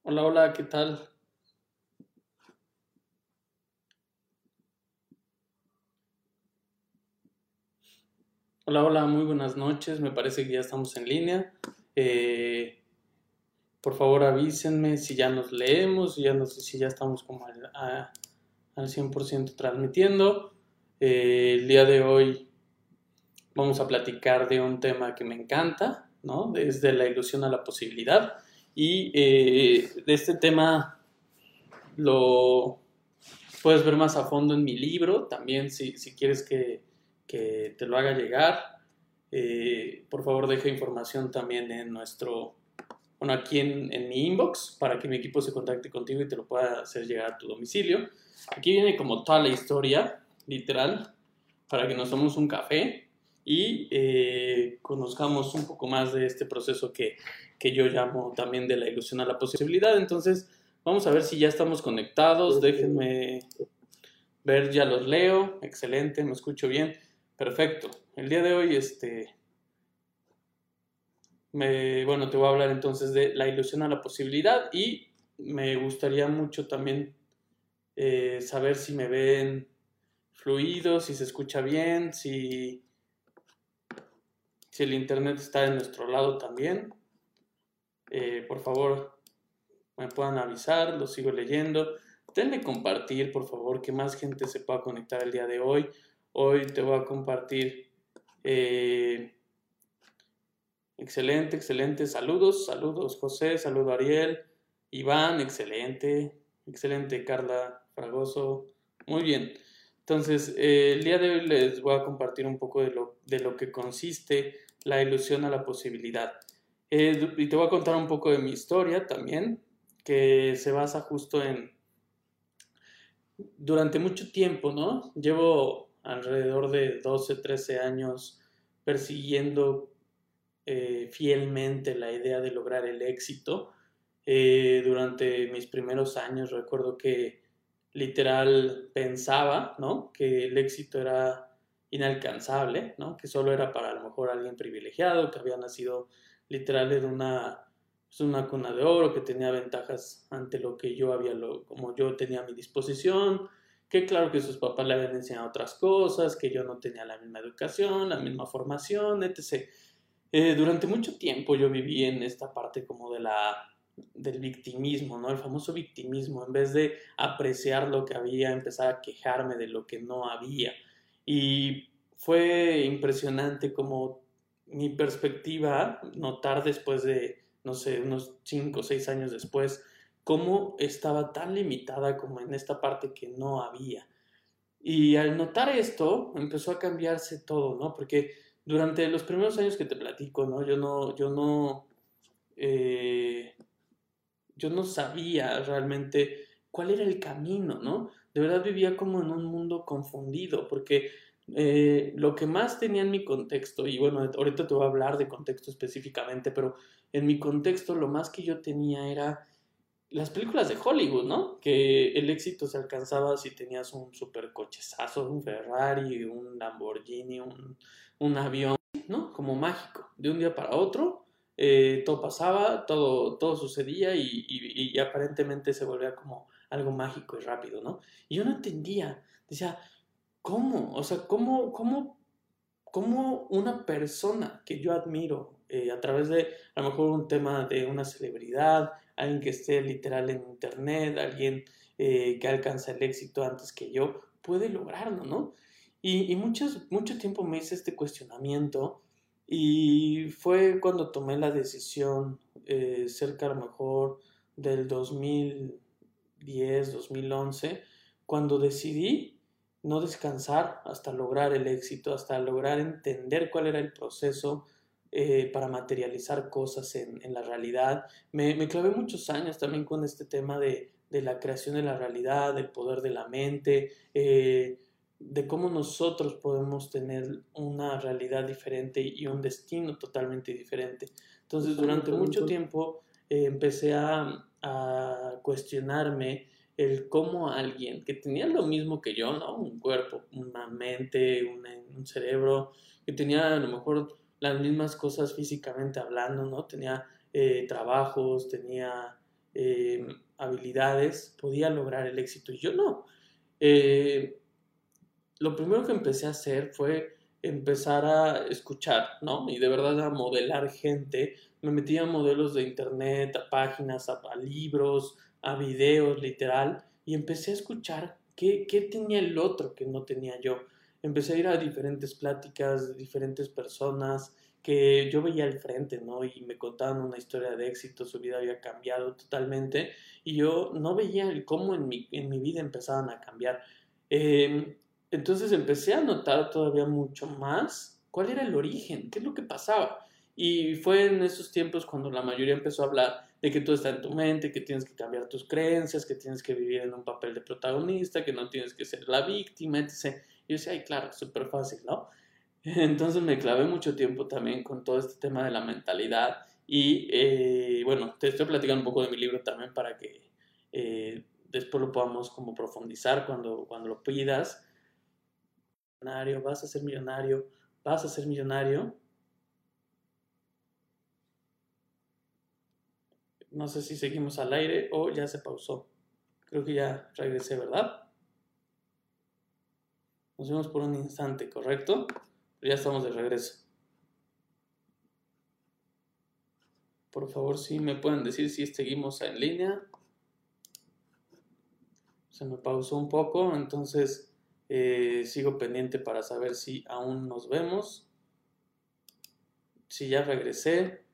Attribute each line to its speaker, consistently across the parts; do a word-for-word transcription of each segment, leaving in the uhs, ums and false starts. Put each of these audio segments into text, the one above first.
Speaker 1: Hola, hola, ¿qué tal? Hola, hola, muy buenas noches. Me parece que ya estamos en línea. Eh, por favor, avísenme si ya nos leemos, si ya, nos, si ya estamos como al, a- al cien por ciento transmitiendo. Eh, el día de hoy vamos a platicar de un tema que me encanta, ¿no? Desde la ilusión a la posibilidad. Y eh, de este tema lo puedes ver más a fondo en mi libro. También si, si quieres que, que te lo haga llegar. Eh, por favor, deja información también en nuestro, bueno, aquí en, en mi inbox para que mi equipo se contacte contigo y te lo pueda hacer llegar a tu domicilio. Aquí viene como toda la historia, literal, para que nos tomemos un café y eh, conozcamos un poco más de este proceso que, que yo llamo también de la ilusión a la posibilidad. Entonces, vamos a ver si ya estamos conectados. Déjenme ver, ya los leo. Excelente, me escucho bien. Perfecto. El día de hoy, este, me, bueno, te voy a hablar entonces de la ilusión a la posibilidad y me gustaría mucho también eh, saber si me ven fluido, si se escucha bien, si, si el internet está de nuestro lado también. Eh, por favor, me puedan avisar, lo sigo leyendo. Denle compartir, por favor, que más gente se pueda conectar el día de hoy. Hoy te voy a compartir. Eh, excelente, excelente. Saludos, saludos, José, saludo Ariel, Iván, excelente, excelente, Carla Fragoso. Muy bien. Entonces, eh, el día de hoy les voy a compartir un poco de lo, de lo que consiste la ilusión a la posibilidad. Eh, y te voy a contar un poco de mi historia también, que se basa justo en, durante mucho tiempo, ¿no? Llevo alrededor de doce, trece años persiguiendo eh, fielmente la idea de lograr el éxito. Eh, durante mis primeros años recuerdo que literal pensaba, ¿no? Que el éxito era inalcanzable, ¿no? Que solo era para a lo mejor alguien privilegiado, que había nacido literal en una, pues, una cuna de oro, que tenía ventajas ante lo que yo había, lo, como yo tenía a mi disposición, que claro que sus papás le habían enseñado otras cosas, que yo no tenía la misma educación, la misma formación, etcétera. Eh, durante mucho tiempo yo viví en esta parte como de la, del victimismo, ¿no? El famoso victimismo. En vez de apreciar lo que había, empezar a quejarme de lo que no había. Y fue impresionante como mi perspectiva, notar después de, no sé, unos cinco o seis años después, cómo estaba tan limitada como en esta parte que no había. Y al notar esto, empezó a cambiarse todo, ¿no? Porque durante los primeros años que te platico, ¿no? Yo no, yo no, eh, yo no sabía realmente cuál era el camino, ¿no? De verdad vivía como en un mundo confundido, porque eh, lo que más tenía en mi contexto, y bueno, ahorita te voy a hablar de contexto específicamente, pero en mi contexto lo más que yo tenía era las películas de Hollywood, ¿no? Que el éxito se alcanzaba si tenías un supercochezazo, un Ferrari, un Lamborghini, un, un avión, ¿no? Como mágico. De un día para otro, eh, todo pasaba, todo, todo sucedía y, y, y aparentemente se volvía como algo mágico y rápido, ¿no? Y yo no entendía. Decía, ¿cómo? O sea, ¿cómo, cómo cómo una persona que yo admiro eh, a través de a lo mejor un tema de una celebridad, alguien que esté literal en internet, alguien eh, que alcanza el éxito antes que yo, puede lograrlo, ¿no? Y, y muchos, mucho tiempo me hice este cuestionamiento y fue cuando tomé la decisión eh, cerca a lo mejor del dos mil diez, dos mil once, cuando decidí no descansar hasta lograr el éxito, hasta lograr entender cuál era el proceso eh, para materializar cosas en, en la realidad. Me, me, clavé muchos años también con este tema de, de, la creación de la realidad, del poder de la mente, eh, de cómo nosotros podemos tener una realidad diferente y un destino totalmente diferente. Entonces, durante mucho tiempo eh, empecé a, a cuestionarme el cómo alguien que tenía lo mismo que yo, ¿no? Un cuerpo, una mente, una, un cerebro, que tenía a lo mejor las mismas cosas físicamente hablando, ¿no? Tenía eh, trabajos, tenía eh, habilidades podía lograr el éxito y yo no. Eh, lo primero que empecé a hacer fue empezar a escuchar, ¿no? Y de verdad a modelar gente. Me metí a modelos de internet, a páginas, a, a libros, a videos, literal, y empecé a escuchar qué, qué tenía el otro que no tenía yo. Empecé a ir a diferentes pláticas de diferentes personas que yo veía al frente, ¿no? Y me contaban una historia de éxito, su vida había cambiado totalmente y yo no veía el cómo en mi, en mi vida empezaban a cambiar. Eh, entonces empecé a notar todavía mucho más cuál era el origen, qué es lo que pasaba. Y fue en esos tiempos cuando la mayoría empezó a hablar de que todo está en tu mente, que tienes que cambiar tus creencias, que tienes que vivir en un papel de protagonista, que no tienes que ser la víctima, etcétera. Y yo decía, ay, claro, súper fácil, ¿no? Entonces me clavé mucho tiempo también con todo este tema de la mentalidad y eh, bueno, te estoy platicando un poco de mi libro también para que eh, después lo podamos como profundizar cuando, cuando lo pidas. Millonario, vas a ser millonario, vas a ser millonario. No sé si seguimos al aire o ya se pausó. Creo que ya regresé, ¿verdad? Nos vemos por un instante, ¿correcto? Pero ya estamos de regreso. Por favor, si me pueden decir si seguimos en línea. Se me pausó un poco, entonces eh, sigo pendiente para saber si aún nos vemos. Si ya regresé.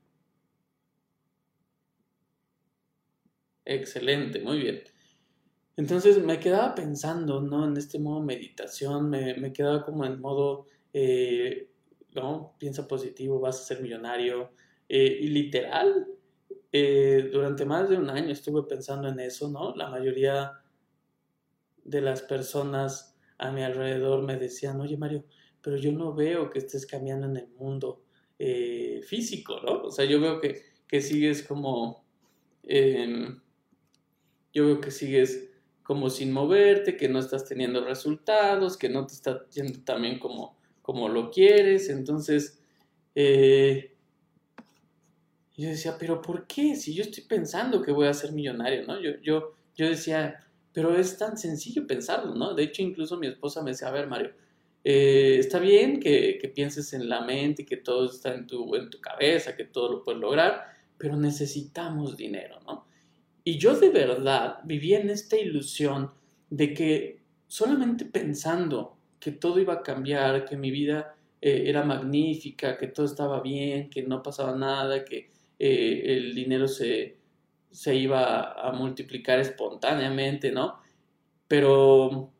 Speaker 1: Excelente, muy bien. Entonces me quedaba pensando, ¿no? En este modo meditación, me, me quedaba como en modo, eh, ¿no? Piensa positivo, vas a ser millonario. Eh, y literal, eh, durante más de un año estuve pensando en eso, ¿no? La mayoría de las personas a mi alrededor me decían, oye Mario, pero yo no veo que estés cambiando en el mundo eh, físico, ¿no? O sea, yo veo que, que sigues como, eh, yo veo que sigues como sin moverte, que no estás teniendo resultados, que no te está yendo también como, como lo quieres, entonces eh, yo decía, pero ¿por qué? Si yo estoy pensando que voy a ser millonario, ¿no? Yo, yo, yo decía, pero es tan sencillo pensarlo, ¿no? De hecho, incluso mi esposa me decía, a ver, Mario, eh, está bien que, que pienses en la mente, que todo está en tu, en tu cabeza, que todo lo puedes lograr, pero necesitamos dinero, ¿no? Y yo de verdad vivía en esta ilusión de que solamente pensando que todo iba a cambiar, que mi vida eh, era magnífica, que todo estaba bien, que no pasaba nada, que eh, el dinero se, se iba a multiplicar espontáneamente, ¿no? Pero,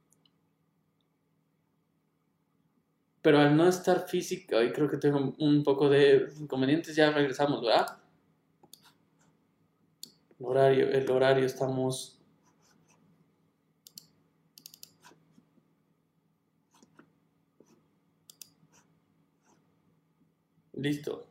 Speaker 1: pero al no estar física, y creo que tengo un poco de inconvenientes, ya regresamos, ¿verdad? El horario, el horario estamos... Listo.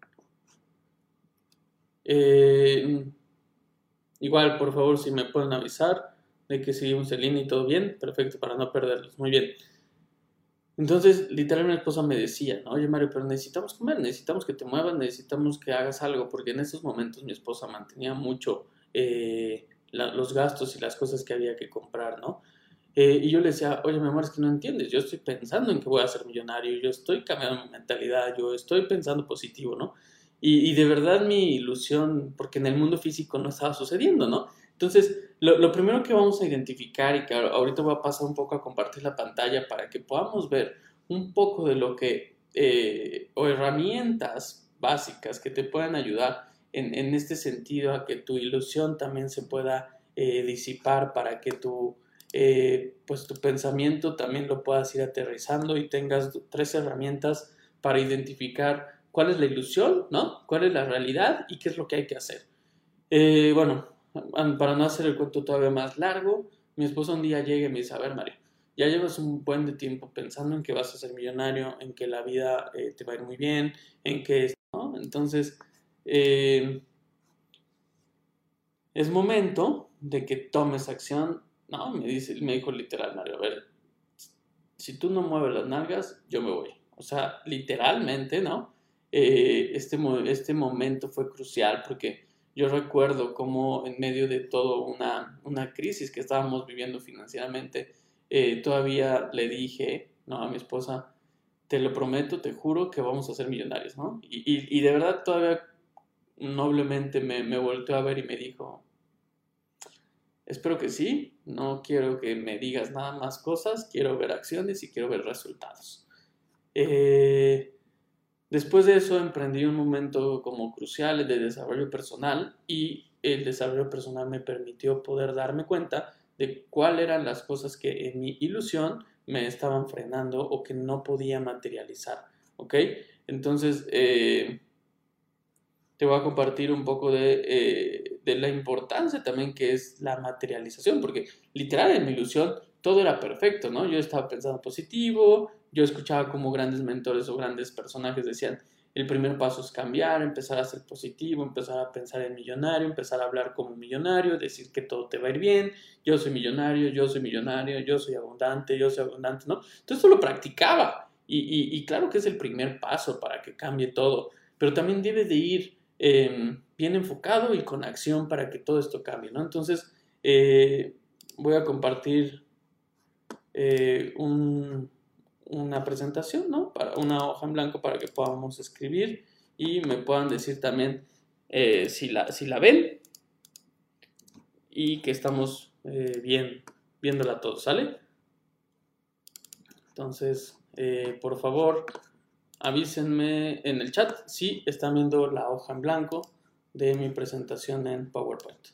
Speaker 1: Eh, igual, por favor, si me pueden avisar de que seguimos en línea y todo bien, perfecto, para no perderlos. Muy bien. Entonces, literal, mi esposa me decía, ¿no? Oye, Mario, pero necesitamos comer, necesitamos que te muevas, necesitamos que hagas algo, porque en esos momentos mi esposa mantenía mucho eh, la- los gastos y las cosas que había que comprar, ¿no? Eh, y yo le decía, oye, mi amor, es que no entiendes, yo estoy pensando en que voy a ser millonario, yo estoy cambiando mi mentalidad, yo estoy pensando positivo, ¿no? Y, y de verdad mi ilusión, porque en el mundo físico no estaba sucediendo, ¿no? Entonces, lo, lo primero que vamos a identificar y que ahorita voy a pasar un poco a compartir la pantalla para que podamos ver un poco de lo que, eh, o herramientas básicas que te puedan ayudar en, en este sentido a que tu ilusión también se pueda eh, disipar para que tu eh, pues tu pensamiento también lo puedas ir aterrizando y tengas tres herramientas para identificar cuál es la ilusión, ¿no? Cuál es la realidad y qué es lo que hay que hacer. Eh, bueno, para no hacer el cuento todavía más largo, mi esposa un día llega y me dice, a ver, Mario, ya llevas un buen de tiempo pensando en que vas a ser millonario, en que la vida eh, te va a ir muy bien, en que, ¿no? Entonces, eh, es momento de que tomes acción. No, me dice, me dijo literal, Mario, a ver, si tú no mueves las nalgas, yo me voy. O sea, literalmente, ¿no? Eh, este, mo- este momento fue crucial porque yo recuerdo cómo en medio de todo una, una crisis que estábamos viviendo financieramente, eh, todavía le dije, no, a mi esposa, te lo prometo, te juro que vamos a ser millonarios, ¿no? Y, y, y de verdad todavía noblemente me, me volteó a ver y me dijo, espero que sí, no quiero que me digas nada más cosas, quiero ver acciones y quiero ver resultados. Eh, después de eso emprendí un momento como crucial de desarrollo personal y el desarrollo personal me permitió poder darme cuenta de cuáles eran las cosas que en mi ilusión me estaban frenando o que no podía materializar, ¿ok? Entonces, eh, te voy a compartir un poco de, eh, de la importancia también que es la materialización, porque literal en mi ilusión todo era perfecto, ¿no? Yo estaba pensando positivo, yo escuchaba como grandes mentores o grandes personajes decían, el primer paso es cambiar, empezar a ser positivo, empezar a pensar en millonario, empezar a hablar como millonario, decir que todo te va a ir bien, yo soy millonario, yo soy millonario, yo soy abundante, yo soy abundante, ¿no? Entonces esto lo practicaba y, y, y claro que es el primer paso para que cambie todo, pero también debe de ir eh, bien enfocado y con acción para que todo esto cambie, ¿no? Entonces, eh, voy a compartir eh, un, una presentación, ¿no? Para una hoja en blanco para que podamos escribir y me puedan decir también eh, si, la, si la ven y que estamos eh, bien viéndola todos, ¿sale? Entonces, eh, por favor, avísenme en el chat si están viendo la hoja en blanco de mi presentación en PowerPoint.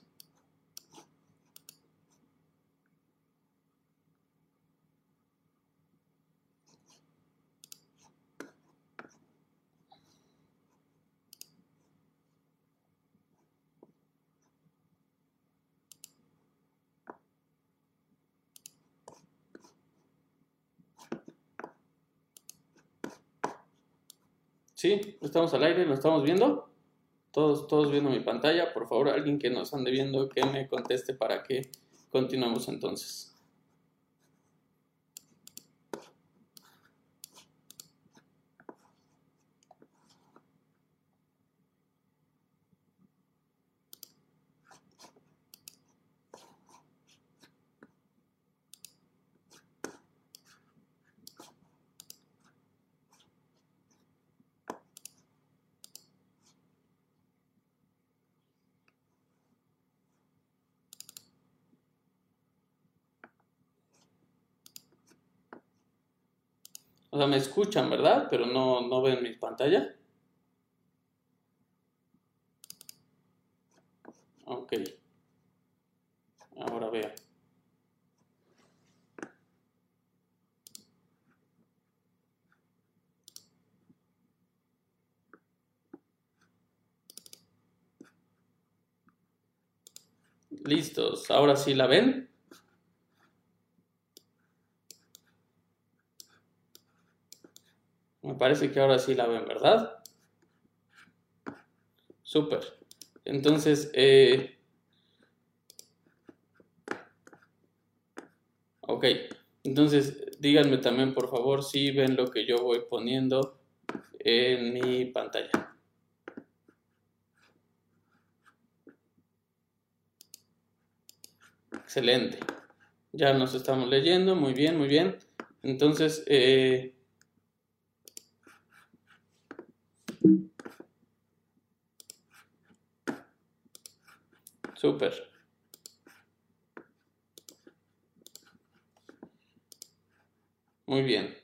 Speaker 1: Sí, estamos al aire, lo estamos viendo. Todos, todos viendo mi pantalla. Por favor, alguien que nos ande viendo que me conteste para que continuemos entonces. O sea, me escuchan, ¿verdad? Pero no, no ven mi pantalla. Ok. Ahora veo. Listos. Ahora sí la ven. Me parece que ahora sí la ven, ¿verdad? Súper. Entonces, eh, ok. Entonces, díganme también, por favor, si ven lo que yo voy poniendo en mi pantalla. Excelente. Ya nos estamos leyendo. Muy bien, muy bien. Entonces, eh, súper. Muy bien.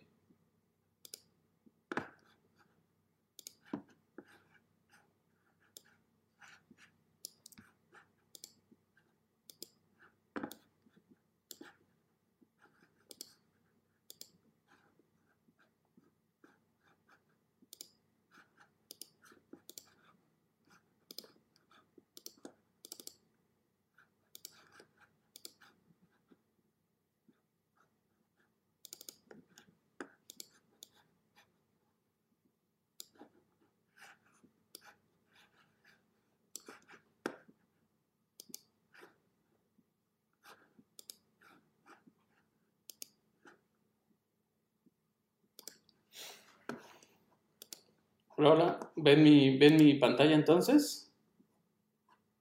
Speaker 1: Hola, hola. ¿Ven mi, ven mi pantalla entonces?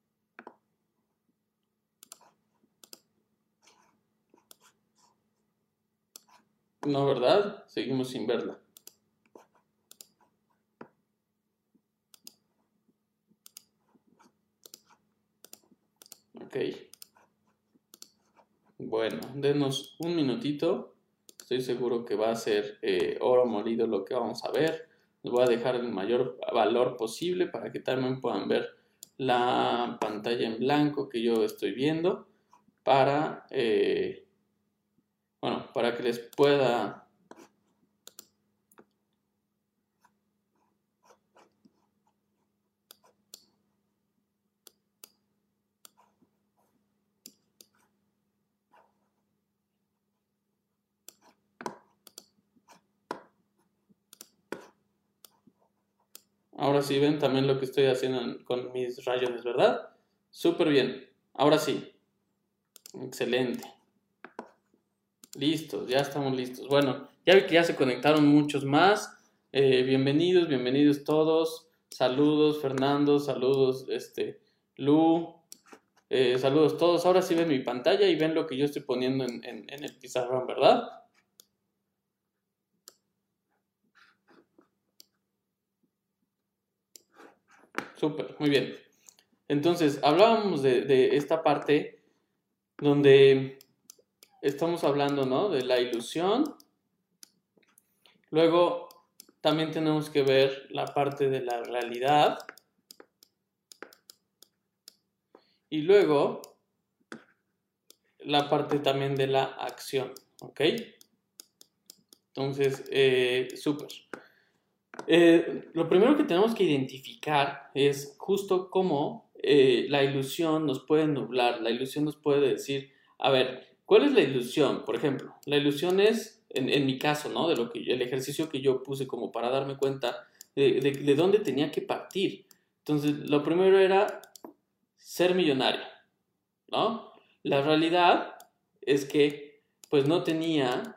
Speaker 1: No, ¿verdad? Seguimos sin verla. Ok. Bueno, denos un minutito. Estoy seguro que va a ser eh, oro molido lo que vamos a ver. Les voy a dejar el mayor valor posible para que también puedan ver la pantalla en blanco que yo estoy viendo para, eh, bueno, para que les pueda... Ahora sí ven también lo que estoy haciendo en- con mis rayones, ¿verdad? Súper bien. Ahora sí. Excelente. Listos, ya estamos listos. Bueno, ya vi que ya se conectaron muchos más. Eh, bienvenidos, bienvenidos todos. Saludos, Fernando, saludos, este, Lu, eh, saludos todos. Ahora sí ven mi pantalla y ven lo que yo estoy poniendo en, en- en el pizarrón, ¿verdad? Súper, muy bien. Entonces, hablábamos de, de esta parte donde estamos hablando, ¿no? De la ilusión. Luego, también tenemos que ver la parte de la realidad. Y luego, la parte también de la acción, ¿ok? Entonces, eh, súper. Eh, lo primero que tenemos que identificar es justo cómo eh, la ilusión nos puede nublar, la ilusión nos puede decir, a ver, ¿cuál es la ilusión? Por ejemplo, la ilusión es, en, en mi caso, ¿no? De lo que el ejercicio que yo puse como para darme cuenta de, de, de dónde tenía que partir. Entonces, lo primero era ser millonario, ¿no? La realidad es que, pues no tenía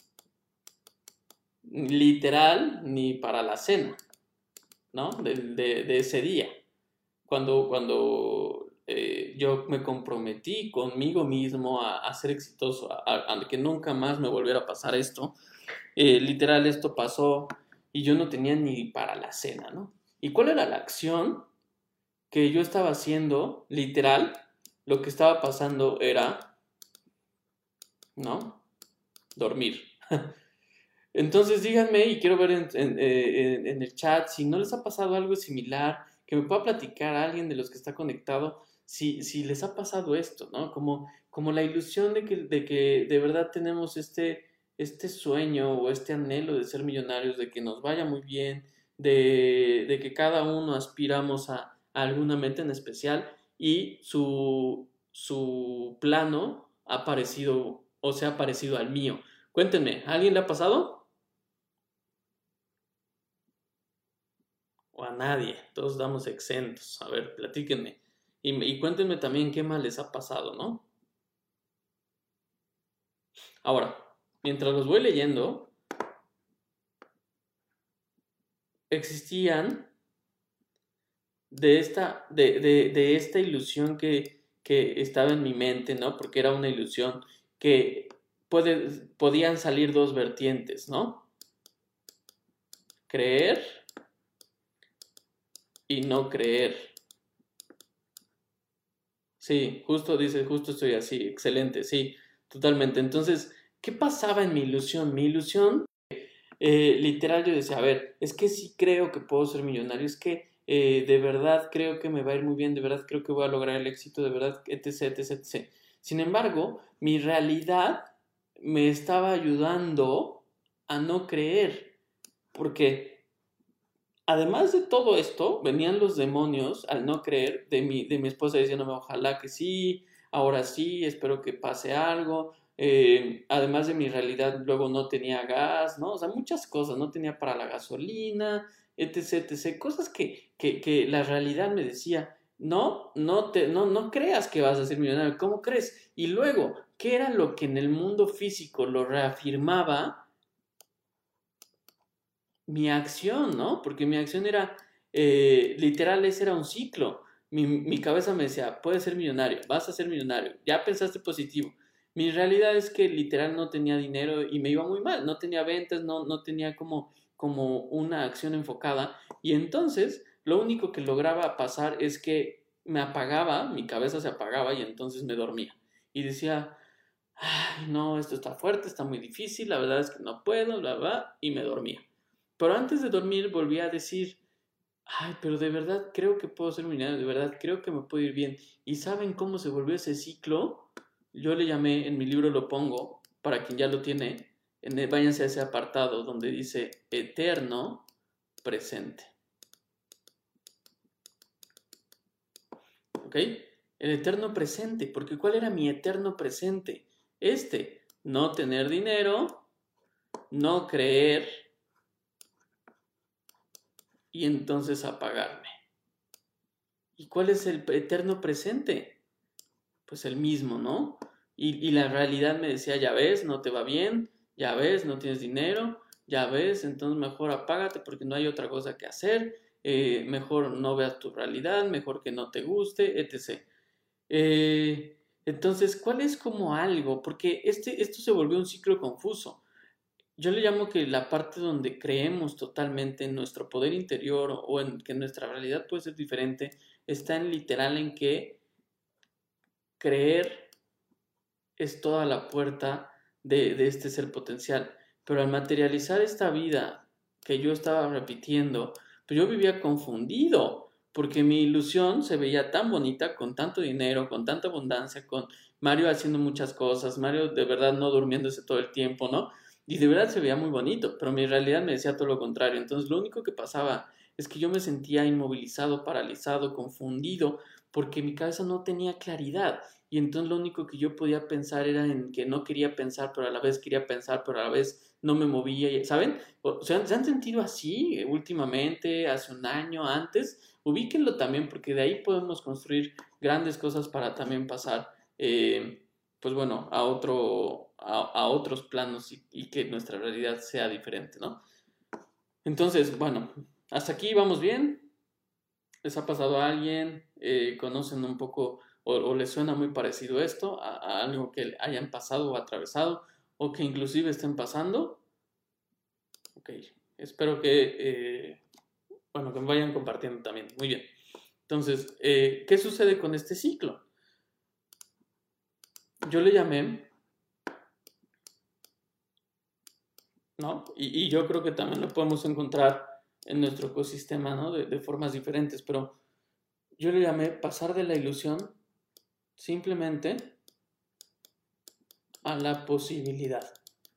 Speaker 1: literal ni para la cena, ¿no? De, de, de ese día. Cuando, cuando eh, yo me comprometí conmigo mismo a, a ser exitoso, a, a, que nunca más me volviera a pasar esto, eh, literal esto pasó y yo no tenía ni para la cena, ¿no? ¿Y cuál era la acción que yo estaba haciendo? Literal, lo que estaba pasando era, ¿no? Dormir. Entonces díganme, y quiero ver en, en, eh, en- en el chat, si no les ha pasado algo similar, que me pueda platicar a alguien de los que está conectado, si, si les ha pasado esto, ¿no? Como, como la ilusión de que, de que de verdad tenemos este, este sueño o este anhelo de ser millonarios, de que nos vaya muy bien, de, de que cada uno aspiramos a, a alguna meta en especial y su, su plano ha parecido o se ha parecido al mío. Cuéntenme, ¿a alguien le ha pasado? O a nadie, todos damos exentos. A ver, platíquenme. Y, y cuéntenme también qué más les ha pasado, ¿no? Ahora, mientras los voy leyendo, existían de esta, de, de, de esta ilusión que, que estaba en mi mente, ¿no? Porque era una ilusión que puede, podían salir dos vertientes, ¿no? Creer y no creer. Sí, justo dice, justo estoy así, excelente, sí, totalmente. Entonces, ¿qué pasaba en mi ilusión? Mi ilusión, eh, literal, yo decía, a ver, es que sí creo que puedo ser millonario, es que eh, de verdad creo que me va a ir muy bien, de verdad creo que voy a lograr el éxito, de verdad, etc, etc, etcétera. Sin embargo, mi realidad me estaba ayudando a no creer, porque además de todo esto, venían los demonios al no creer de mi, de mi esposa diciéndome, ojalá que sí, ahora sí, espero que pase algo. Eh, además de mi realidad, luego no tenía gas, ¿no? O sea, muchas cosas, no tenía para la gasolina, etc, etcétera. Cosas que, que, que la realidad me decía, no, no, te, no, no creas que vas a ser millonario, ¿cómo crees? Y luego, ¿qué era lo que en el mundo físico lo reafirmaba? Mi acción, ¿no? Porque mi acción era, eh, literal, ese era un ciclo. Mi, mi cabeza me decía, puedes ser millonario, vas a ser millonario, ya pensaste positivo. Mi realidad es que literal no tenía dinero y me iba muy mal, no tenía ventas, no, no tenía como, como una acción enfocada y entonces lo único que lograba pasar es que me apagaba, mi cabeza se apagaba y entonces me dormía y decía, ay, no, esto está fuerte, está muy difícil, la verdad es que no puedo, bla, bla, y me dormía. Pero antes de dormir volvía a decir, ay, pero de verdad creo que puedo ser millonario, de verdad creo que me puede ir bien. ¿Y saben cómo se volvió ese ciclo? Yo le llamé, en mi libro lo pongo, para quien ya lo tiene, en el- váyanse a ese apartado donde dice eterno presente. ¿Ok? El eterno presente, porque ¿cuál era mi eterno presente? Este, no tener dinero, no creer y entonces apagarme. ¿Y cuál es el eterno presente? Pues el mismo, ¿no? Y, y la realidad me decía, ya ves, no te va bien, ya ves, no tienes dinero, ya ves, entonces mejor apágate porque no hay otra cosa que hacer, eh, mejor no veas tu realidad, mejor que no te guste, etcétera. Eh, entonces, ¿cuál es como algo? Porque este, esto se volvió un ciclo confuso. Yo le llamo que la parte donde creemos totalmente en nuestro poder interior o en que nuestra realidad puede ser diferente, está en literal en que creer es toda la puerta de, de este ser potencial. Pero al materializar esta vida que yo estaba repitiendo, pues yo vivía confundido, porque mi ilusión se veía tan bonita, con tanto dinero, con tanta abundancia, con Mario haciendo muchas cosas, Mario de verdad no durmiéndose todo el tiempo, ¿no? Y de verdad se veía muy bonito, pero mi realidad me decía todo lo contrario. Entonces lo único que pasaba es que yo me sentía inmovilizado, paralizado, confundido, porque mi cabeza no tenía claridad. Y entonces lo único que yo podía pensar era en que no quería pensar, pero a la vez quería pensar, pero a la vez no me movía, ¿saben? O sea, ¿se han sentido así últimamente, hace un año, antes? Ubíquenlo también, porque de ahí podemos construir grandes cosas para también pasar, eh, pues bueno, a, otro, a, a otros planos y, y que nuestra realidad sea diferente, ¿no? Entonces, bueno, hasta aquí vamos bien. ¿Les ha pasado a alguien? Eh, ¿Conocen un poco o, o les suena muy parecido esto a, a algo que hayan pasado o atravesado o que inclusive estén pasando? Ok, espero que, eh, bueno, que me vayan compartiendo también. Muy bien. Entonces, eh, ¿qué sucede con este ciclo? Yo le llamé, ¿no? Y, y yo creo que también lo podemos encontrar en nuestro ecosistema, ¿no? De, de formas diferentes, pero yo le llamé pasar de la ilusión simplemente a la posibilidad,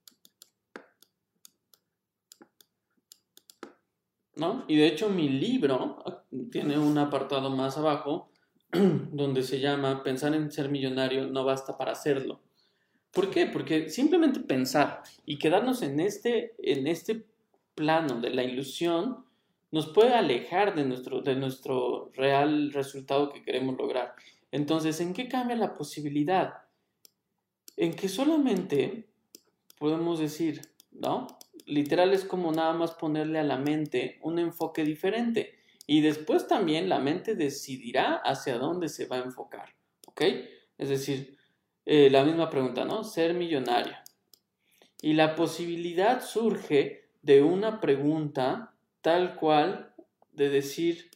Speaker 1: ¿no? Y de hecho mi libro tiene un apartado más abajo donde se llama Pensar en ser millonario no basta para hacerlo. ¿Por qué? Porque simplemente pensar y quedarnos en este, en este plano de la ilusión nos puede alejar de nuestro, de nuestro real resultado que queremos lograr. Entonces, ¿en qué cambia la posibilidad? En que solamente podemos decir, ¿no? Literal es como nada más ponerle a la mente un enfoque diferente y después también la mente decidirá hacia dónde se va a enfocar, ¿ok? Es decir, eh, la misma pregunta, ¿no? Ser millonario. Y la posibilidad surge de una pregunta tal cual de decir,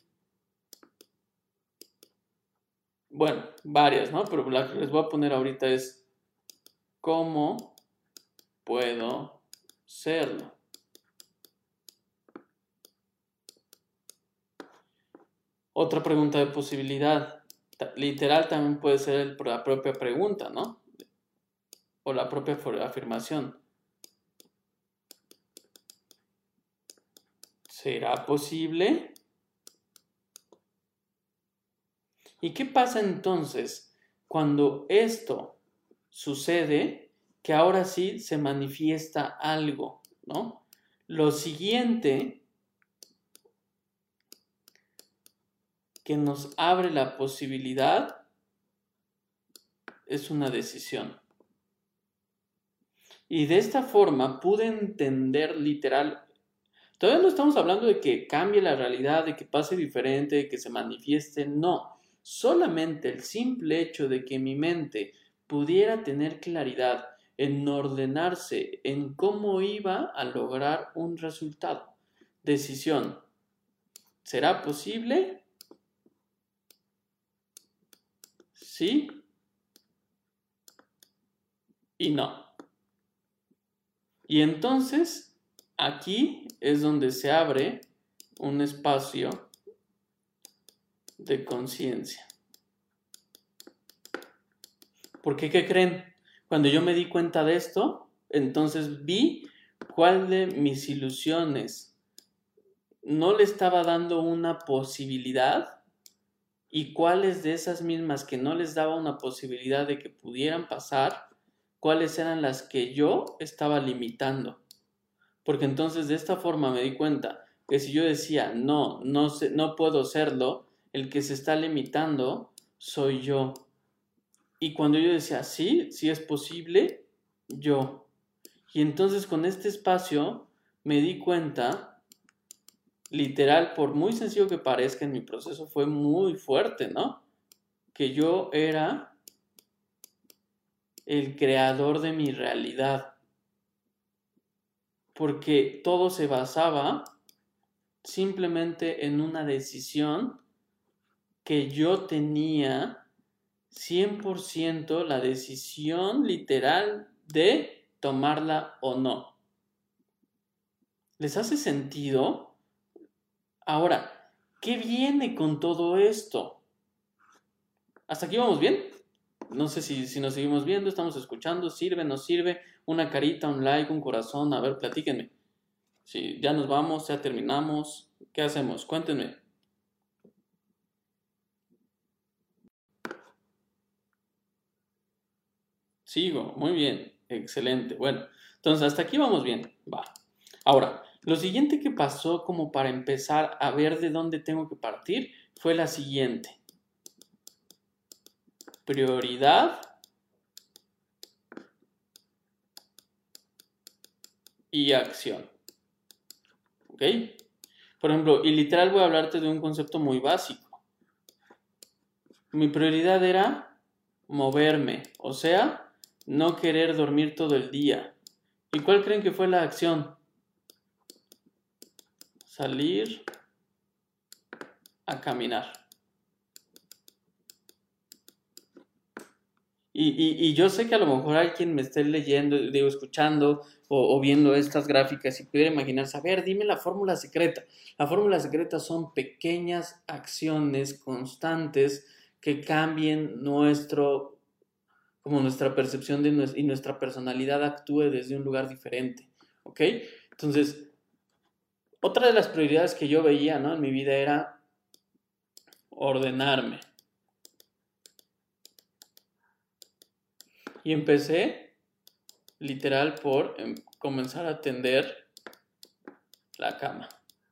Speaker 1: bueno, varias, ¿no? Pero la que les voy a poner ahorita es, ¿cómo puedo serlo? Otra pregunta de posibilidad. Literal también puede ser el, la propia pregunta, ¿no? O la propia afirmación. ¿Será posible? ¿Y qué pasa entonces cuando esto sucede, que ahora sí se manifiesta algo, ¿no? Lo siguiente que nos abre la posibilidad es una decisión. Y de esta forma pude entender literal. Todavía no estamos hablando de que cambie la realidad, de que pase diferente, de que se manifieste, no. Solamente el simple hecho de que mi mente pudiera tener claridad en ordenarse en cómo iba a lograr un resultado. Decisión. ¿Será posible? Sí y no. Y entonces, aquí es donde se abre un espacio de conciencia. Porque, ¿qué creen? Cuando yo me di cuenta de esto, entonces vi cuál de mis ilusiones no le estaba dando una posibilidad y cuáles de esas mismas que no les daba una posibilidad de que pudieran pasar, cuáles eran las que yo estaba limitando. Porque entonces de esta forma me di cuenta que si yo decía, no, no, sé, no puedo serlo, el que se está limitando soy yo. Y cuando yo decía, sí, sí es posible, yo. Y entonces con este espacio me di cuenta, literal, por muy sencillo que parezca, en mi proceso fue muy fuerte, ¿no? Que yo era el creador de mi realidad. Porque todo se basaba simplemente en una decisión que yo tenía cien por ciento la decisión literal de tomarla o no. ¿Les hace sentido? Ahora, ¿qué viene con todo esto? ¿Hasta aquí vamos bien? No sé si, si nos seguimos viendo, estamos escuchando, sirve, nos sirve, una carita, un like, un corazón, a ver, platíquenme. Si ya nos vamos, ya terminamos, ¿qué hacemos? Cuéntenme. Sigo, muy bien, excelente. Bueno, entonces hasta aquí vamos bien, va. Ahora, lo siguiente que pasó como para empezar a ver de dónde tengo que partir fue la siguiente. Prioridad y acción. ¿Ok? Por ejemplo, y literal voy a hablarte de un concepto muy básico. Mi prioridad era moverme, o sea, no querer dormir todo el día. ¿Y cuál creen que fue la acción? Salir a caminar. Y, y, y yo sé que a lo mejor hay quien me esté leyendo, digo, escuchando o, o viendo estas gráficas y pudiera imaginarse, a ver, dime la fórmula secreta. La fórmula secreta son pequeñas acciones constantes que cambien nuestro, como nuestra percepción de nuestra, y nuestra personalidad actúe desde un lugar diferente, ¿ok? Entonces, otra de las prioridades que yo veía, ¿no? En mi vida era ordenarme. Y empecé, literal, por em, comenzar a tender la cama.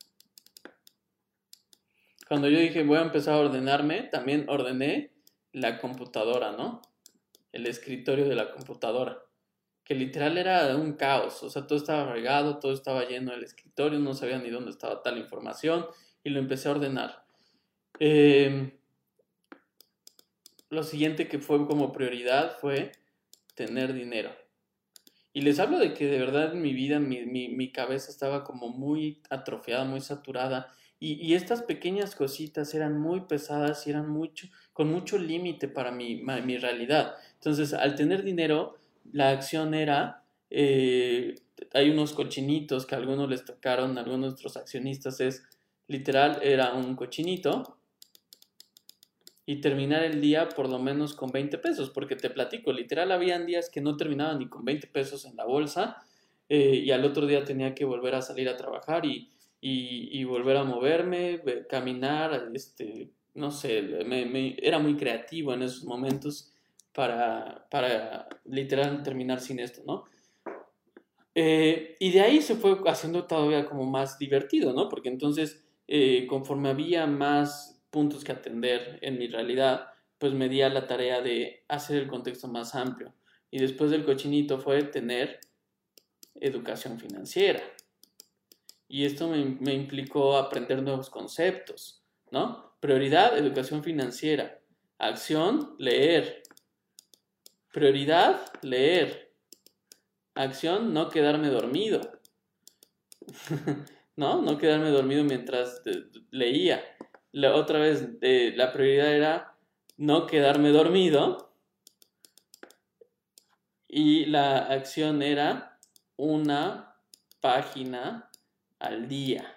Speaker 1: Cuando yo dije voy a empezar a ordenarme, también ordené la computadora, ¿no? El escritorio de la computadora. Que literal era un caos. O sea, todo estaba regado, todo estaba lleno del escritorio, no sabía ni dónde estaba tal información y lo empecé a ordenar. Eh, lo siguiente que fue como prioridad fue tener dinero. Y les hablo de que de verdad en mi vida mi, mi, mi cabeza estaba como muy atrofiada, muy saturada. Y, y estas pequeñas cositas eran muy pesadas y eran mucho, con mucho límite para mi, mi realidad. Entonces, al tener dinero, la acción era, eh, hay unos cochinitos que a algunos les tocaron, a algunos de nuestros accionistas es, literal, era un cochinito y terminar el día por lo menos con veinte pesos, porque te platico, literal habían días que no terminaban ni con veinte pesos en la bolsa eh, y al otro día tenía que volver a salir a trabajar y, y, y volver a moverme, caminar, este, no sé, me, me, era muy creativo en esos momentos para, para literal terminar sin esto, ¿no? Eh, y de ahí se fue haciendo todavía como más divertido, ¿no? Porque entonces, eh, conforme había más puntos que atender en mi realidad, pues me di a la tarea de hacer el contexto más amplio. Y después del cochinito fue tener educación financiera. Y esto me, me implicó aprender nuevos conceptos, ¿no? Prioridad, educación financiera. Acción, leer. Prioridad, leer. Acción, no quedarme dormido. ¿No? No quedarme dormido mientras leía. La, otra vez, eh, la prioridad era no quedarme dormido. Y la acción era una página al día.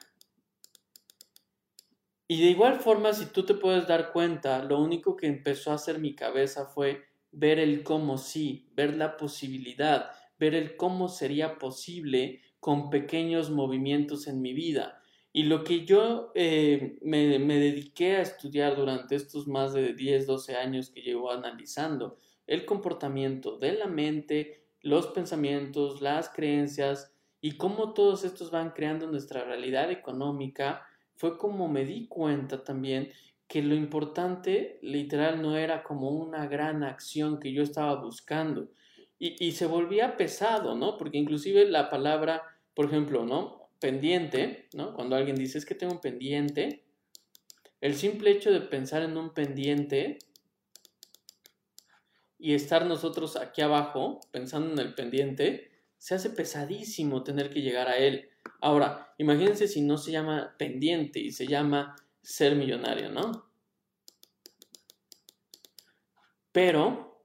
Speaker 1: Y de igual forma, si tú te puedes dar cuenta, lo único que empezó a hacer mi cabeza fue ver el cómo sí, ver la posibilidad, ver el cómo sería posible con pequeños movimientos en mi vida. Y lo que yo eh, me, me dediqué a estudiar durante estos más de diez, doce años que llevo analizando el comportamiento de la mente, los pensamientos, las creencias y cómo todos estos van creando nuestra realidad económica, fue como me di cuenta también que lo importante literal no era como una gran acción que yo estaba buscando y, y se volvía pesado, ¿no? Porque inclusive la palabra, por ejemplo, ¿no? Pendiente, ¿no? Cuando alguien dice es que tengo un pendiente, el simple hecho de pensar en un pendiente y estar nosotros aquí abajo pensando en el pendiente, se hace pesadísimo tener que llegar a él. Ahora, imagínense si no se llama pendiente y se llama ser millonario, ¿no? Pero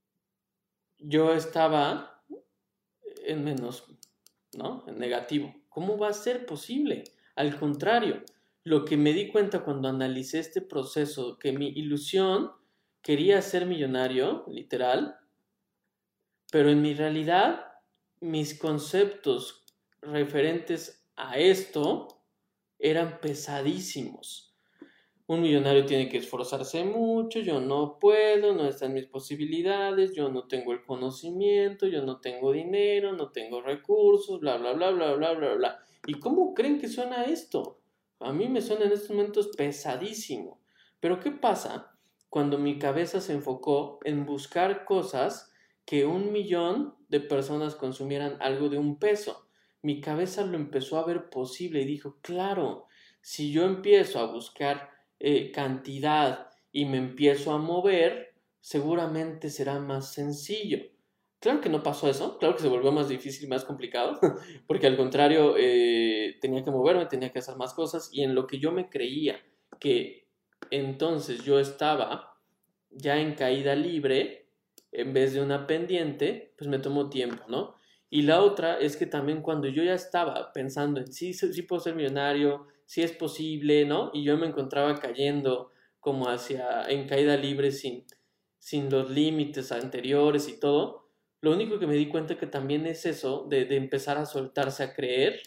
Speaker 1: yo estaba en menos, ¿no? En negativo. ¿Cómo va a ser posible? Al contrario, lo que me di cuenta cuando analicé este proceso, que mi ilusión quería ser millonario, literal, pero en mi realidad mis conceptos referentes a esto eran pesadísimos. Un millonario tiene que esforzarse mucho, yo no puedo, no están mis posibilidades, yo no tengo el conocimiento, yo no tengo dinero, no tengo recursos, bla, bla, bla, bla, bla, bla, bla. ¿Y cómo creen que suena esto? A mí me suena en estos momentos pesadísimo. Pero ¿qué pasa cuando mi cabeza se enfocó en buscar cosas que un millón de personas consumieran algo de un peso? Mi cabeza lo empezó a ver posible y dijo, claro, si yo empiezo a buscar eh, cantidad y me empiezo a mover, seguramente será más sencillo. Claro que no pasó eso, claro que se volvió más difícil y más complicado, porque al contrario, eh, tenía que moverme, tenía que hacer más cosas, y en lo que yo me creía que entonces yo estaba ya en caída libre, en vez de una pendiente, pues me tomó tiempo, ¿no? Y la otra es que también cuando yo ya estaba pensando en sí, sí puedo ser millonario, sí es posible, ¿no? Y yo me encontraba cayendo como hacia, en caída libre sin, sin los límites anteriores y todo, lo único que me di cuenta que también es eso, de, de empezar a soltarse a creer,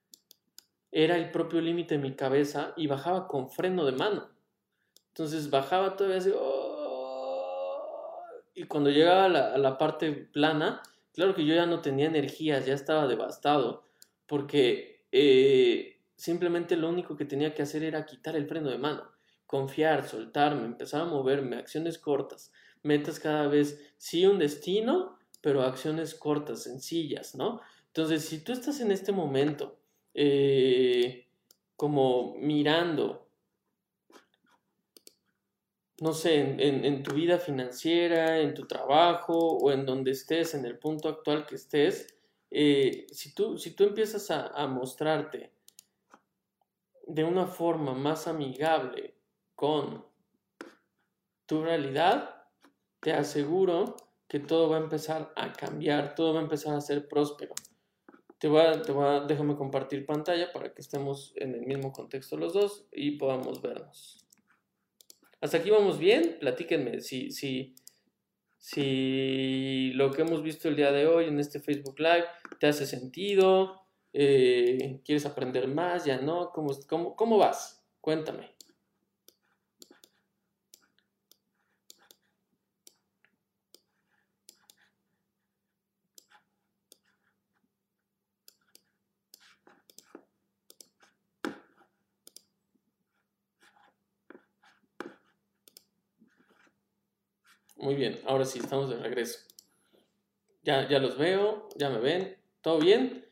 Speaker 1: era el propio límite en mi cabeza y bajaba con freno de mano. Entonces bajaba todavía así, oh, y cuando llegaba a la, a la parte plana, claro que yo ya no tenía energías, ya estaba devastado, porque eh, simplemente lo único que tenía que hacer era quitar el freno de mano, confiar, soltarme, empezar a moverme, acciones cortas, metas cada vez, sí un destino, pero acciones cortas, sencillas, ¿no? Entonces, si tú estás en este momento, eh, como mirando, no sé, en, en, en, tu vida financiera, en tu trabajo o en donde estés, en el punto actual que estés, eh, si, tú, si tú empiezas a, a mostrarte de una forma más amigable con tu realidad, te aseguro que todo va a empezar a cambiar, todo va a empezar a ser próspero. Te voy a, te voy a, déjame compartir pantalla para que estemos en el mismo contexto los dos y podamos vernos. Hasta aquí vamos bien, platíquenme si, si, si lo que hemos visto el día de hoy en este Facebook Live te hace sentido, eh, quieres aprender más, ya no, ¿cómo, cómo, cómo vas? Cuéntame. Muy bien, ahora sí, estamos de regreso. Ya, ya los veo, ya me ven, ¿todo bien?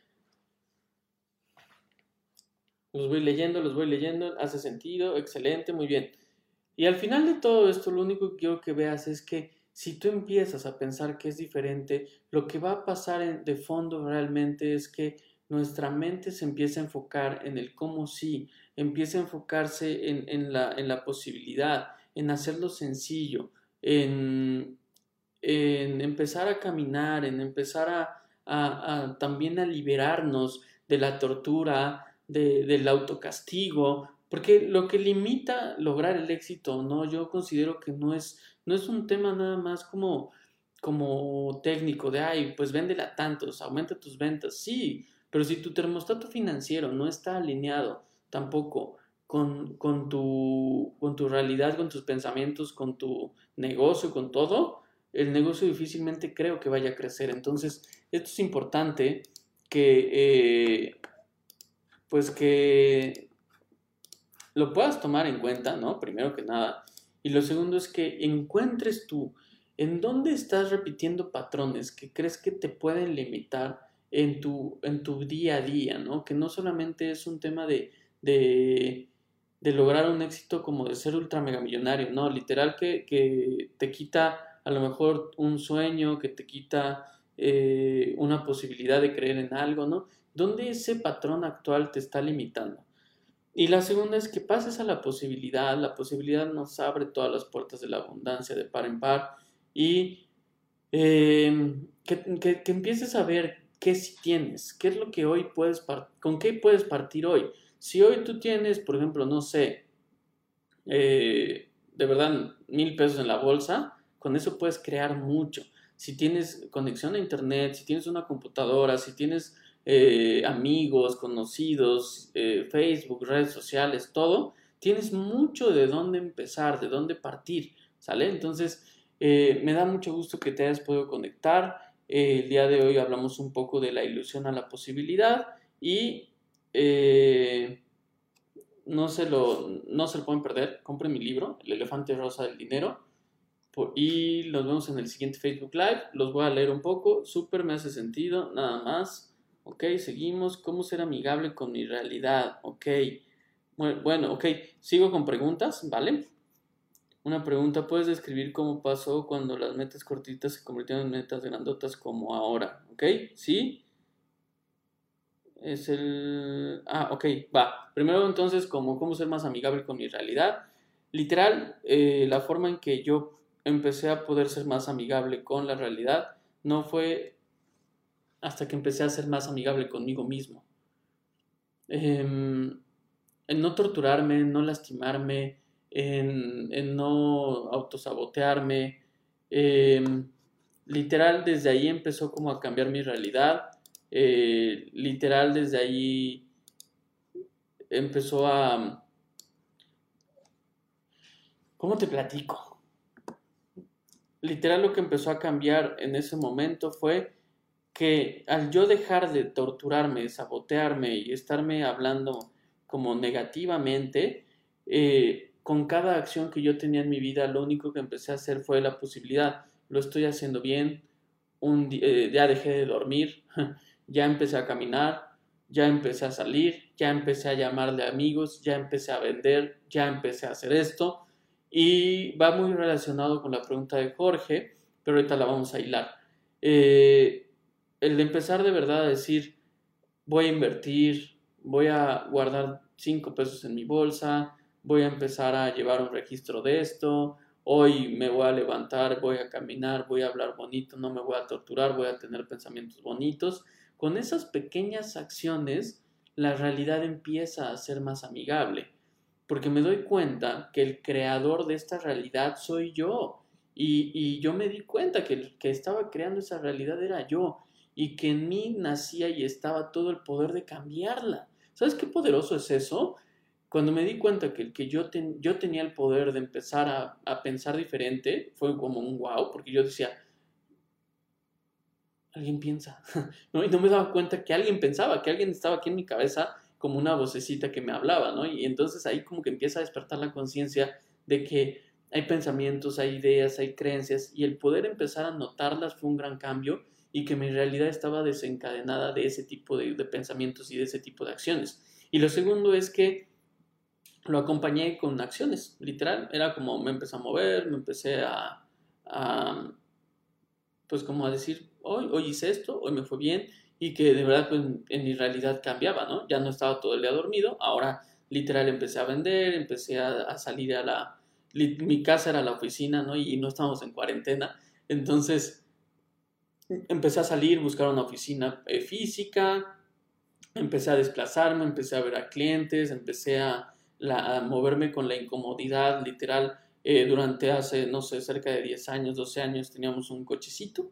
Speaker 1: Los voy leyendo, los voy leyendo, hace sentido, excelente, muy bien. Y al final de todo esto, lo único que quiero que veas es que si tú empiezas a pensar que es diferente, lo que va a pasar en- de fondo realmente es que nuestra mente se empieza a enfocar en el cómo sí, empieza a enfocarse en, en la, en la posibilidad, en hacerlo sencillo, en, en empezar a caminar, en empezar a, a- a también a liberarnos de la tortura, de- del autocastigo, porque lo que limita lograr el éxito, ¿no? Yo considero que no es, no es un tema nada más como, como técnico, de, ay, pues véndela tantos, aumenta tus ventas, sí, pero si tu termostato financiero no está alineado tampoco con, con tu, con tu realidad, con tus pensamientos, con tu negocio, con todo, el negocio difícilmente creo que vaya a crecer. Entonces, esto es importante que, eh, pues que lo puedas tomar en cuenta, ¿no? Primero que nada. Y lo segundo es que encuentres tú en dónde estás repitiendo patrones que crees que te pueden limitar en tu, en tu día a día, ¿no? Que no solamente es un tema de, de, de lograr un éxito como de ser ultra mega millonario, ¿no? Literal que, que te quita a lo mejor un sueño, que te quita eh, una posibilidad de creer en algo, ¿no? ¿Dónde ese patrón actual te está limitando? Y la segunda es que pases a la posibilidad. La posibilidad nos abre todas las puertas de la abundancia de par en par y eh, que, que, que empieces a ver qué sí tienes, qué es lo que hoy puedes, par con qué puedes partir hoy. Si hoy tú tienes, por ejemplo, no sé, eh, de verdad, mil pesos en la bolsa, con eso puedes crear mucho. Si tienes conexión a internet, si tienes una computadora, si tienes eh, amigos, conocidos, eh, Facebook, redes sociales, todo, tienes mucho de dónde empezar, de dónde partir, ¿sale? Entonces, eh, me da mucho gusto que te hayas podido conectar. Eh, el día de hoy hablamos un poco de la ilusión a la posibilidad y... Eh, no se lo, no se lo pueden perder. Compren mi libro, El elefante rosa del dinero. Y los vemos en el siguiente Facebook Live. Los voy a leer un poco. Súper me hace sentido, nada más. Ok, seguimos. ¿Cómo ser amigable con mi realidad? Ok. Bueno, ok. Sigo con preguntas, ¿vale? Una pregunta, ¿puedes describir cómo pasó cuando las metas cortitas se convirtieron en metas grandotas como ahora? ¿Ok? ¿Sí? Es el... Ah, ok, va. Primero entonces, como cómo ser más amigable con mi realidad. Literal, eh, la forma en que yo empecé a poder ser más amigable con la realidad no fue hasta que empecé a ser más amigable conmigo mismo. Eh, en no torturarme, en no lastimarme, en, en no autosabotearme. Eh, literal, desde ahí empezó como a cambiar mi realidad. Eh, literal, desde ahí empezó a... ¿Cómo te platico? Literal lo que empezó a cambiar en ese momento fue que al yo dejar de torturarme, sabotearme y estarme hablando como negativamente, eh, con cada acción que yo tenía en mi vida, lo único que empecé a hacer fue la posibilidad, lo estoy haciendo bien, un eh, ya dejé de dormir, ya empecé a caminar, ya empecé a salir, ya empecé a llamarle a amigos, ya empecé a vender, ya empecé a hacer esto. Y va muy relacionado con la pregunta de Jorge, pero ahorita la vamos a hilar. Eh, el de empezar de verdad a decir, voy a invertir, voy a guardar cinco pesos en mi bolsa, voy a empezar a llevar un registro de esto, hoy me voy a levantar, voy a caminar, voy a hablar bonito, no me voy a torturar, voy a tener pensamientos bonitos. Con esas pequeñas acciones, la realidad empieza a ser más amigable, porque me doy cuenta que el creador de esta realidad soy yo. Y, y yo me di cuenta que el que estaba creando esa realidad era yo y que en mí nacía y estaba todo el poder de cambiarla. ¿Sabes qué poderoso es eso? Cuando me di cuenta que, que yo, ten, yo tenía el poder de empezar a, a pensar diferente, fue como un wow, porque yo decía, alguien piensa, ¿no? Y no me daba cuenta que alguien pensaba, que alguien estaba aquí en mi cabeza como una vocecita que me hablaba, ¿no? Y entonces ahí como que empieza a despertar la conciencia de que hay pensamientos, hay ideas, hay creencias, y el poder empezar a notarlas fue un gran cambio y que mi realidad estaba desencadenada de ese tipo de, de pensamientos y de ese tipo de acciones. Y lo segundo es que lo acompañé con acciones, literal, era como me empecé a mover, me empecé a, a, pues como a decir, hoy, hoy hice esto, hoy me fue bien, y que de verdad pues, en mi realidad cambiaba, ¿no? Ya no estaba todo el día dormido, ahora literal empecé a vender, empecé a, a salir a la... li- Mi casa era la oficina, ¿no? Y, y no estábamos en cuarentena, entonces empecé a salir, buscar una oficina eh, física, empecé a desplazarme, empecé a ver a clientes, empecé a, la- a moverme con la incomodidad, literal. Eh, durante hace, no sé, cerca de diez años, doce años, teníamos un cochecito,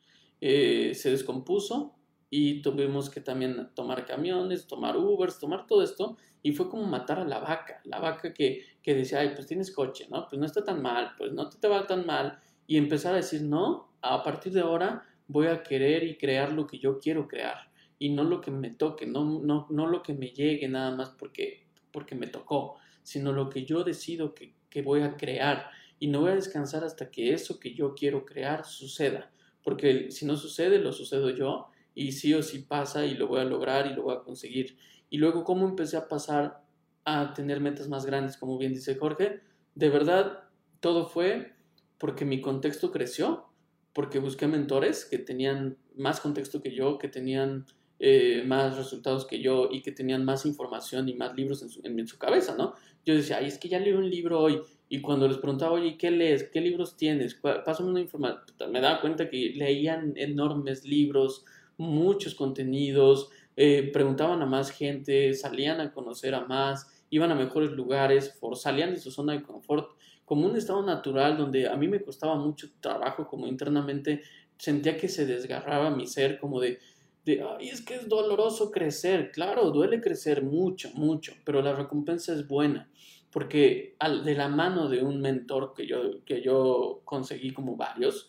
Speaker 1: eh, se descompuso y tuvimos que también tomar camiones, tomar Ubers, tomar todo esto, y fue como matar a la vaca, la vaca que, que decía, ay, pues tienes coche, ¿no? Pues no está tan mal, pues no te, te va tan mal, y empezar a decir, no, a partir de ahora voy a querer y crear lo que yo quiero crear, y no lo que me toque, no, no, no lo que me llegue nada más porque, porque me tocó, sino lo que yo decido que, que voy a crear, y no voy a descansar hasta que eso que yo quiero crear suceda, porque si no sucede, lo sucedo yo, y sí o sí pasa y lo voy a lograr y lo voy a conseguir. Y luego, ¿cómo empecé a pasar a tener metas más grandes, como bien dice Jorge? De verdad, todo fue porque mi contexto creció, porque busqué mentores que tenían más contexto que yo, que tenían eh, más resultados que yo y que tenían más información y más libros en su, en, en su cabeza, ¿no? Yo decía, ay, es que ya leí un libro hoy, y cuando les preguntaba, oye, ¿qué lees? ¿Qué libros tienes? Pásame una información. Me daba cuenta que leían enormes libros, muchos contenidos, eh, preguntaban a más gente, salían a conocer a más, iban a mejores lugares, for, salían de su zona de confort, como un estado natural donde a mí me costaba mucho trabajo, como internamente sentía que se desgarraba mi ser, como de, de, ay, es que es doloroso crecer. Claro, duele crecer mucho, mucho, pero la recompensa es buena porque al, de la mano de un mentor que yo, que yo conseguí como varios,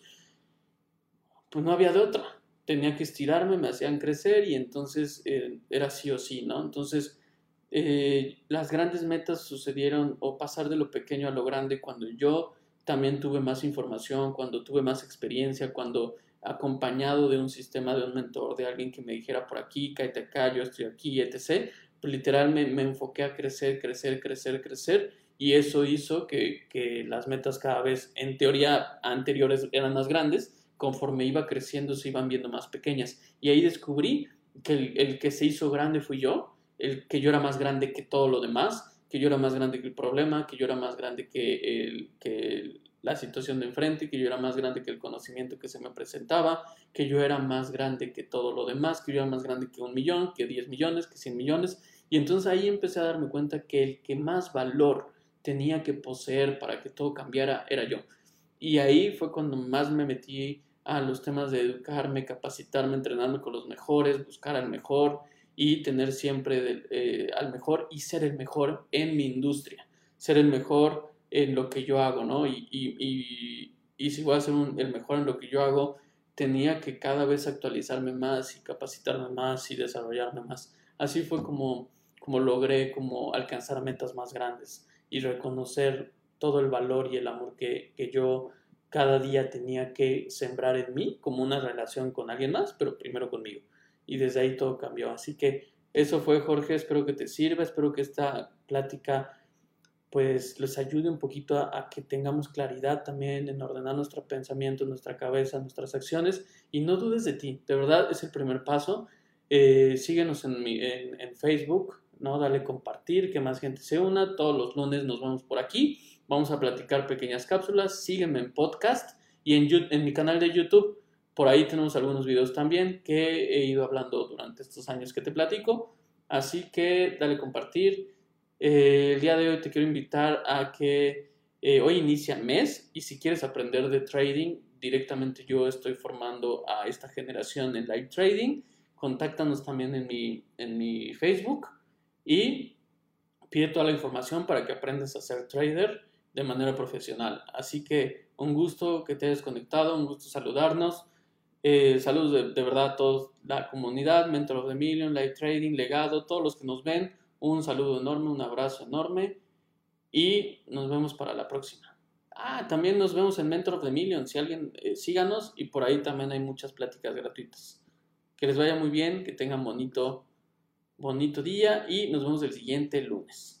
Speaker 1: pues no había de otra. Tenía que estirarme, me hacían crecer y entonces eh, era sí o sí, ¿no? Entonces, eh, las grandes metas sucedieron o pasar de lo pequeño a lo grande cuando yo también tuve más información, cuando tuve más experiencia, cuando acompañado de un sistema, de un mentor, de alguien que me dijera por aquí, cállate acá, yo estoy aquí, etcétera. Pues literal me, me enfoqué a crecer, crecer, crecer, crecer y eso hizo que, que las metas cada vez en teoría anteriores eran más grandes, conforme iba creciendo se iban viendo más pequeñas. Y ahí descubrí que el, el que se hizo grande fui yo, el que yo era más grande que todo lo demás, que yo era más grande que el problema, que yo era más grande que, el, que el, la situación de enfrente, que yo era más grande que el conocimiento que se me presentaba, que yo era más grande que todo lo demás, que yo era más grande que un millón, que diez millones, que cien millones. Y entonces ahí empecé a darme cuenta que el que más valor tenía que poseer para que todo cambiara era yo. Y ahí fue cuando más me metí a los temas de educarme, capacitarme, entrenarme con los mejores, buscar al mejor y tener siempre de, eh, al mejor y ser el mejor en mi industria, ser el mejor en lo que yo hago, ¿no? Y, y, y, y si voy a ser un, el mejor en lo que yo hago, tenía que cada vez actualizarme más y capacitarme más y desarrollarme más. Así fue como, como logré como alcanzar metas más grandes y reconocer todo el valor y el amor que, que yo cada día tenía que sembrar en mí como una relación con alguien más, pero primero conmigo. Y desde ahí todo cambió. Así que eso fue, Jorge, espero que te sirva, espero que esta plática pues les ayude un poquito a, a que tengamos claridad también en ordenar nuestro pensamiento, nuestra cabeza, nuestras acciones y no dudes de ti, de verdad es el primer paso. Eh, síguenos en, mi, en, en Facebook, ¿no? Dale compartir, que más gente se una, todos los lunes nos vemos por aquí, vamos a platicar pequeñas cápsulas, sígueme en podcast y en, en mi canal de YouTube, por ahí tenemos algunos videos también que he ido hablando durante estos años que te platico, así que dale compartir. Eh, el día de hoy te quiero invitar a que eh, hoy inicia el mes y si quieres aprender de trading, directamente yo estoy formando a esta generación en live trading. Contáctanos también en mi, en mi Facebook y pide toda la información para que aprendas a ser trader de manera profesional. Así que un gusto que te hayas conectado, un gusto saludarnos. Eh, saludos de, de verdad a toda la comunidad, Mentor of the Million, Live Trading, Legado, todos los que nos ven. Un saludo enorme, un abrazo enorme y nos vemos para la próxima. Ah, también nos vemos en Mentor of the Million. Si alguien, eh, síganos y por ahí también hay muchas pláticas gratuitas. Que les vaya muy bien, que tengan bonito, bonito día y nos vemos el siguiente lunes.